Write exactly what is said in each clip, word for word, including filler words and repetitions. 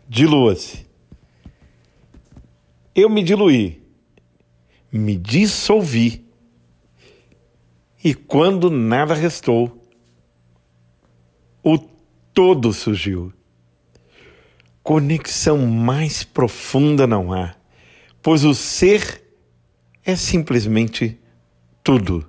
dilua-se. Eu me diluí, me dissolvi, e quando nada restou, o todo surgiu. Conexão mais profunda não há, pois o ser é simplesmente tudo.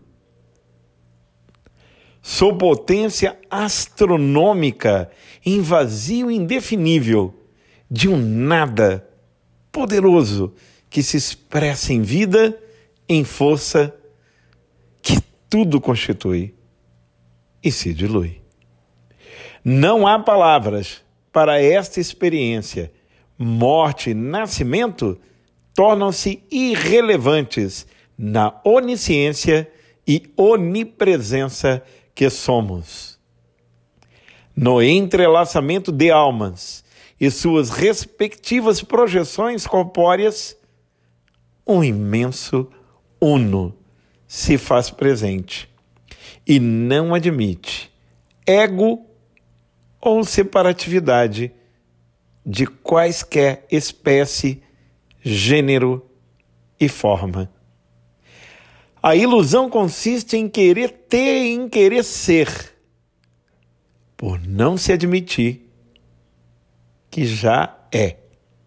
Sou potência astronômica em vazio indefinível de um nada poderoso que se expressa em vida, em força, que tudo constitui e se dilui. Não há palavras para esta experiência. Morte e nascimento tornam-se irrelevantes na onisciência e onipresença que somos. No entrelaçamento de almas e suas respectivas projeções corpóreas, um imenso uno se faz presente e não admite ego ou separatividade de quaisquer espécie, gênero e forma. A ilusão consiste em querer ter e em querer ser, por não se admitir que já é.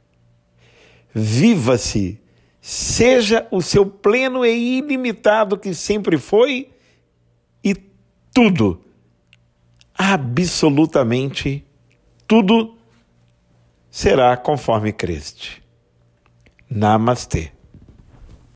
Viva-se, seja o seu pleno e ilimitado que sempre foi, e tudo, absolutamente tudo, será conforme creste. Namastê.